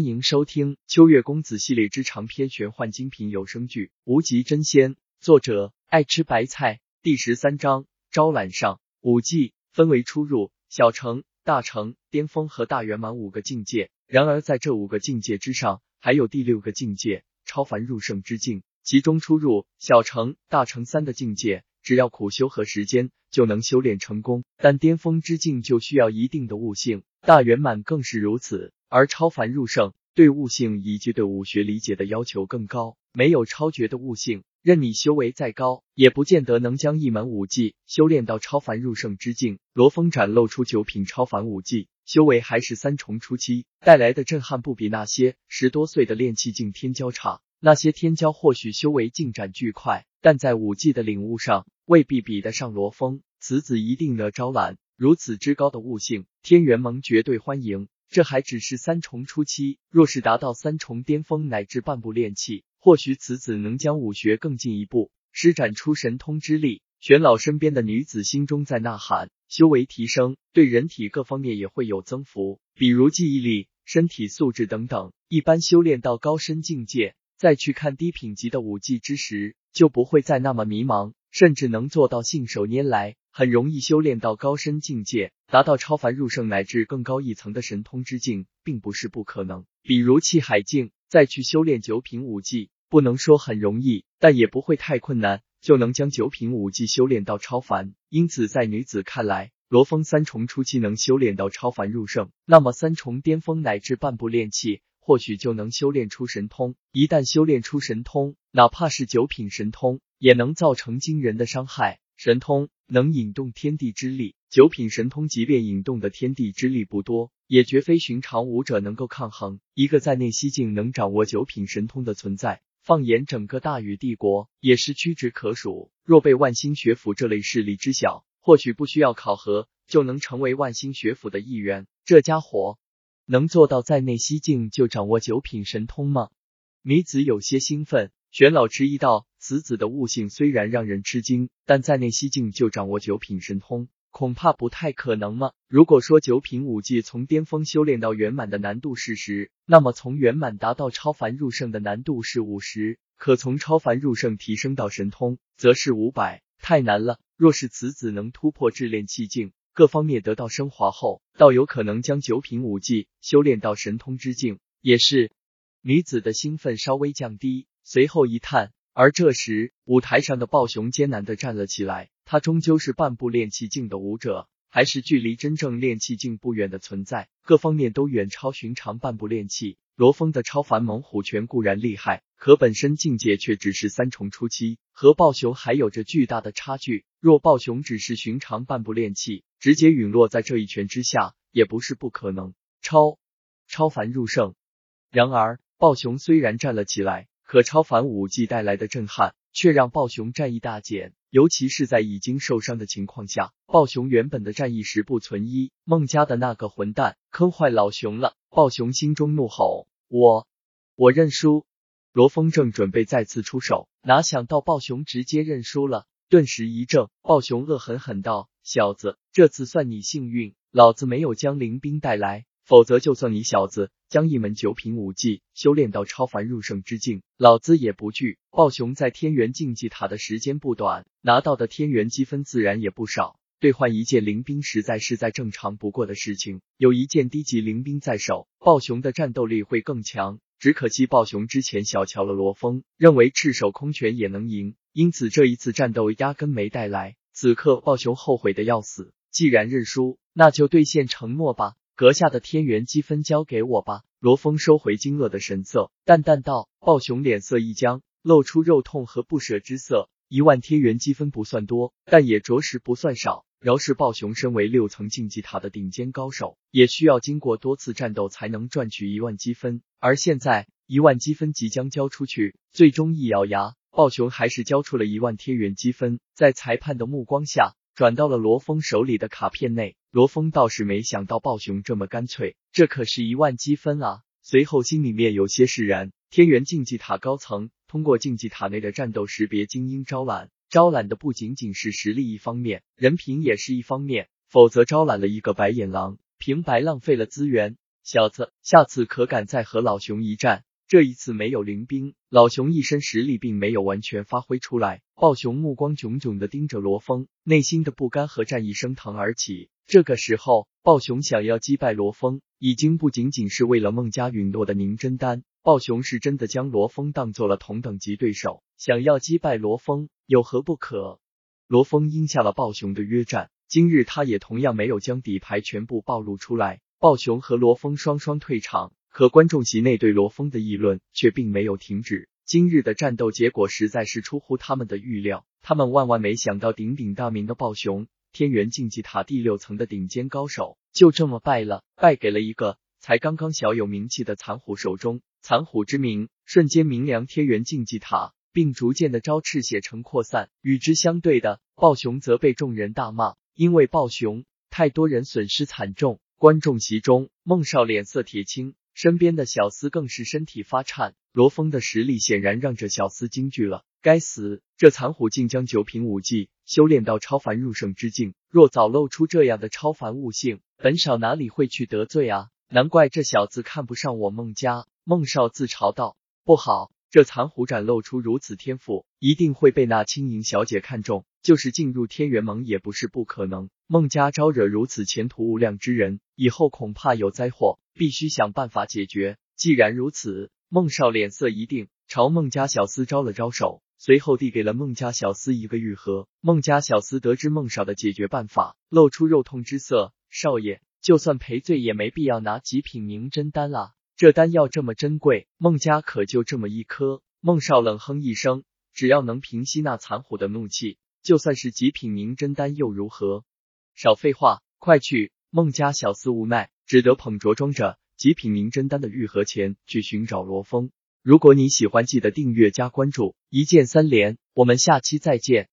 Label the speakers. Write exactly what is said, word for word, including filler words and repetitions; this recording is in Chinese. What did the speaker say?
Speaker 1: 欢迎收听秋月公子系列之长篇玄幻精品有声剧《无极真仙》，作者爱吃白菜。第十三章招揽上。五季分为出入、小成、大成、巅峰和大圆满五个境界，然而在这五个境界之上，还有第六个境界超凡入圣之境。其中出入、小成、大成三个境界，只要苦修和时间就能修炼成功，但巅峰之境就需要一定的悟性，大圆满更是如此。而超凡入圣对悟性以及对武学理解的要求更高，没有超绝的悟性，任你修为再高，也不见得能将一门武技修炼到超凡入圣之境。罗峰展露出九品超凡武技，修为还是三重初期，带来的震撼不比那些十多岁的炼气境天骄差。那些天骄或许修为进展巨快，但在武技的领悟上未必比得上罗峰。此子一定的招揽，如此之高的悟性，天元盟绝对欢迎。这还只是三重初期，若是达到三重巅峰乃至半步炼气，或许此子能将武学更进一步，施展出神通之力。玄老身边的女子心中在呐喊，修为提升对人体各方面也会有增幅，比如记忆力、身体素质等等。一般修炼到高深境界，再去看低品级的武技之时，就不会再那么迷茫，甚至能做到信手拈来，很容易修炼到高深境界，达到超凡入圣乃至更高一层的神通之境，并不是不可能。比如气海境，再去修炼九品武技，不能说很容易，但也不会太困难，就能将九品武技修炼到超凡。因此在女子看来，罗峰三重初期能修炼到超凡入圣，那么三重巅峰乃至半步炼气，或许就能修炼出神通。一旦修炼出神通，哪怕是九品神通，也能造成惊人的伤害。神通能引动天地之力，九品神通即便引动的天地之力不多，也绝非寻常武者能够抗衡。一个在内息境能掌握九品神通的存在，放眼整个大禹帝国，也是屈指可数。若被万星学府这类势力知晓，或许不需要考核，就能成为万星学府的一员。这家伙能做到在内息境就掌握九品神通吗？女子有些兴奋。玄老迟疑道，此子的悟性虽然让人吃惊，但在内息境就掌握九品神通，恐怕不太可能吗？如果说九品武技从巅峰修炼到圆满的难度是十，那么从圆满达到超凡入圣的难度是五十，可从超凡入圣提升到神通，则是五百，太难了。若是此子能突破至炼气境，各方面得到升华后，倒有可能将九品武技修炼到神通之境。也是，女子的兴奋稍微降低，随后一叹。而这时舞台上的暴熊艰难地站了起来，他终究是半步炼气境的武者，还是距离真正炼气境不远的存在，各方面都远超寻常半步炼气。罗峰的超凡猛虎拳固然厉害，可本身境界却只是三重初期，和暴熊还有着巨大的差距。若暴熊只是寻常半步炼气，直接陨落在这一拳之下也不是不可能。超超凡入圣。然而暴熊虽然站了起来，可超凡武技带来的震撼却让暴熊战意大减，尤其是在已经受伤的情况下，暴熊原本的战意十不存一。孟家的那个混蛋坑坏老熊了！暴熊心中怒吼，我我认输。罗峰正准备再次出手，哪想到暴熊直接认输了，顿时一怔。暴熊恶狠狠道，小子，这次算你幸运，老子没有将灵兵带来，否则就算你小子将一门九品武技修炼到超凡入圣之境，老子也不惧。暴熊在天元竞技塔的时间不短，拿到的天元积分自然也不少，兑换一件灵兵实在是再正常不过的事情。有一件低级灵兵在手，暴熊的战斗力会更强。只可惜暴熊之前小瞧了罗峰，认为赤手空拳也能赢，因此这一次战斗压根没带来。此刻暴熊后悔的要死，既然认输，那就兑现承诺吧，阁下的天元积分交给我吧。罗峰收回惊愕的神色，淡淡道。暴熊脸色一僵，露出肉痛和不舍之色。一万天元积分不算多，但也着实不算少。饶是暴熊身为六层竞技塔的顶尖高手，也需要经过多次战斗才能赚取一万积分，而现在一万积分即将交出去，最终一咬牙，暴熊还是交出了一万天元积分。在裁判的目光下，转到了罗峰手里的卡片内。罗峰倒是没想到暴熊这么干脆，这可是一万积分啊！随后心里面有些释然。天元竞技塔高层通过竞技塔内的战斗识别精英招揽，招揽的不仅仅是实力一方面，人品也是一方面，否则招揽了一个白眼狼，平白浪费了资源。 小子，下次可敢再和老熊一战。这一次没有临兵，老熊一身实力并没有完全发挥出来。暴熊目光炯炯地盯着罗峰，内心的不甘和战意升腾而起。这个时候，暴熊想要击败罗峰，已经不仅仅是为了孟家陨落的宁真丹，暴熊是真的将罗峰当做了同等级对手，想要击败罗峰，有何不可？罗峰应下了暴熊的约战，今日他也同样没有将底牌全部暴露出来。暴熊和罗峰双双退场。可观众席内对罗峰的议论却并没有停止，今日的战斗结果实在是出乎他们的预料，他们万万没想到鼎鼎大名的暴熊，天元竞技塔第六层的顶尖高手，就这么败了，败给了一个才刚刚小有名气的残虎手中。残虎之名瞬间明凉天元竞技塔，并逐渐的招赤血城扩散。与之相对的，暴熊则被众人大骂，因为暴熊太多人损失惨重。观众席中，孟少脸色铁青，身边的小厮更是身体发颤。罗峰的实力显然让这小厮惊惧了，该死，这残虎竟将九品武技修炼到超凡入圣之境，若早露出这样的超凡悟性，本少哪里会去得罪啊？难怪这小子看不上我孟家。孟少自嘲道，不好，这残虎展露出如此天赋，一定会被那青莹小姐看中，就是进入天元盟也不是不可能。孟家招惹如此前途无量之人，以后恐怕有灾祸，必须想办法解决。既然如此，孟少脸色一定，朝孟家小厮招了招手，随后递给了孟家小厮一个玉盒。孟家小厮得知孟少的解决办法，露出肉痛之色，少爷，就算赔罪也没必要拿极品明真丹啊，这丹药这么珍贵，孟家可就这么一颗。孟少冷哼一声，只要能平息那残虎的怒气，就算是极品明真丹又如何？少废话，快去！孟家小厮无奈，只得捧着装着极品明真丹的玉盒前去寻找罗峰。如果你喜欢，记得订阅加关注，一键三连，我们下期再见。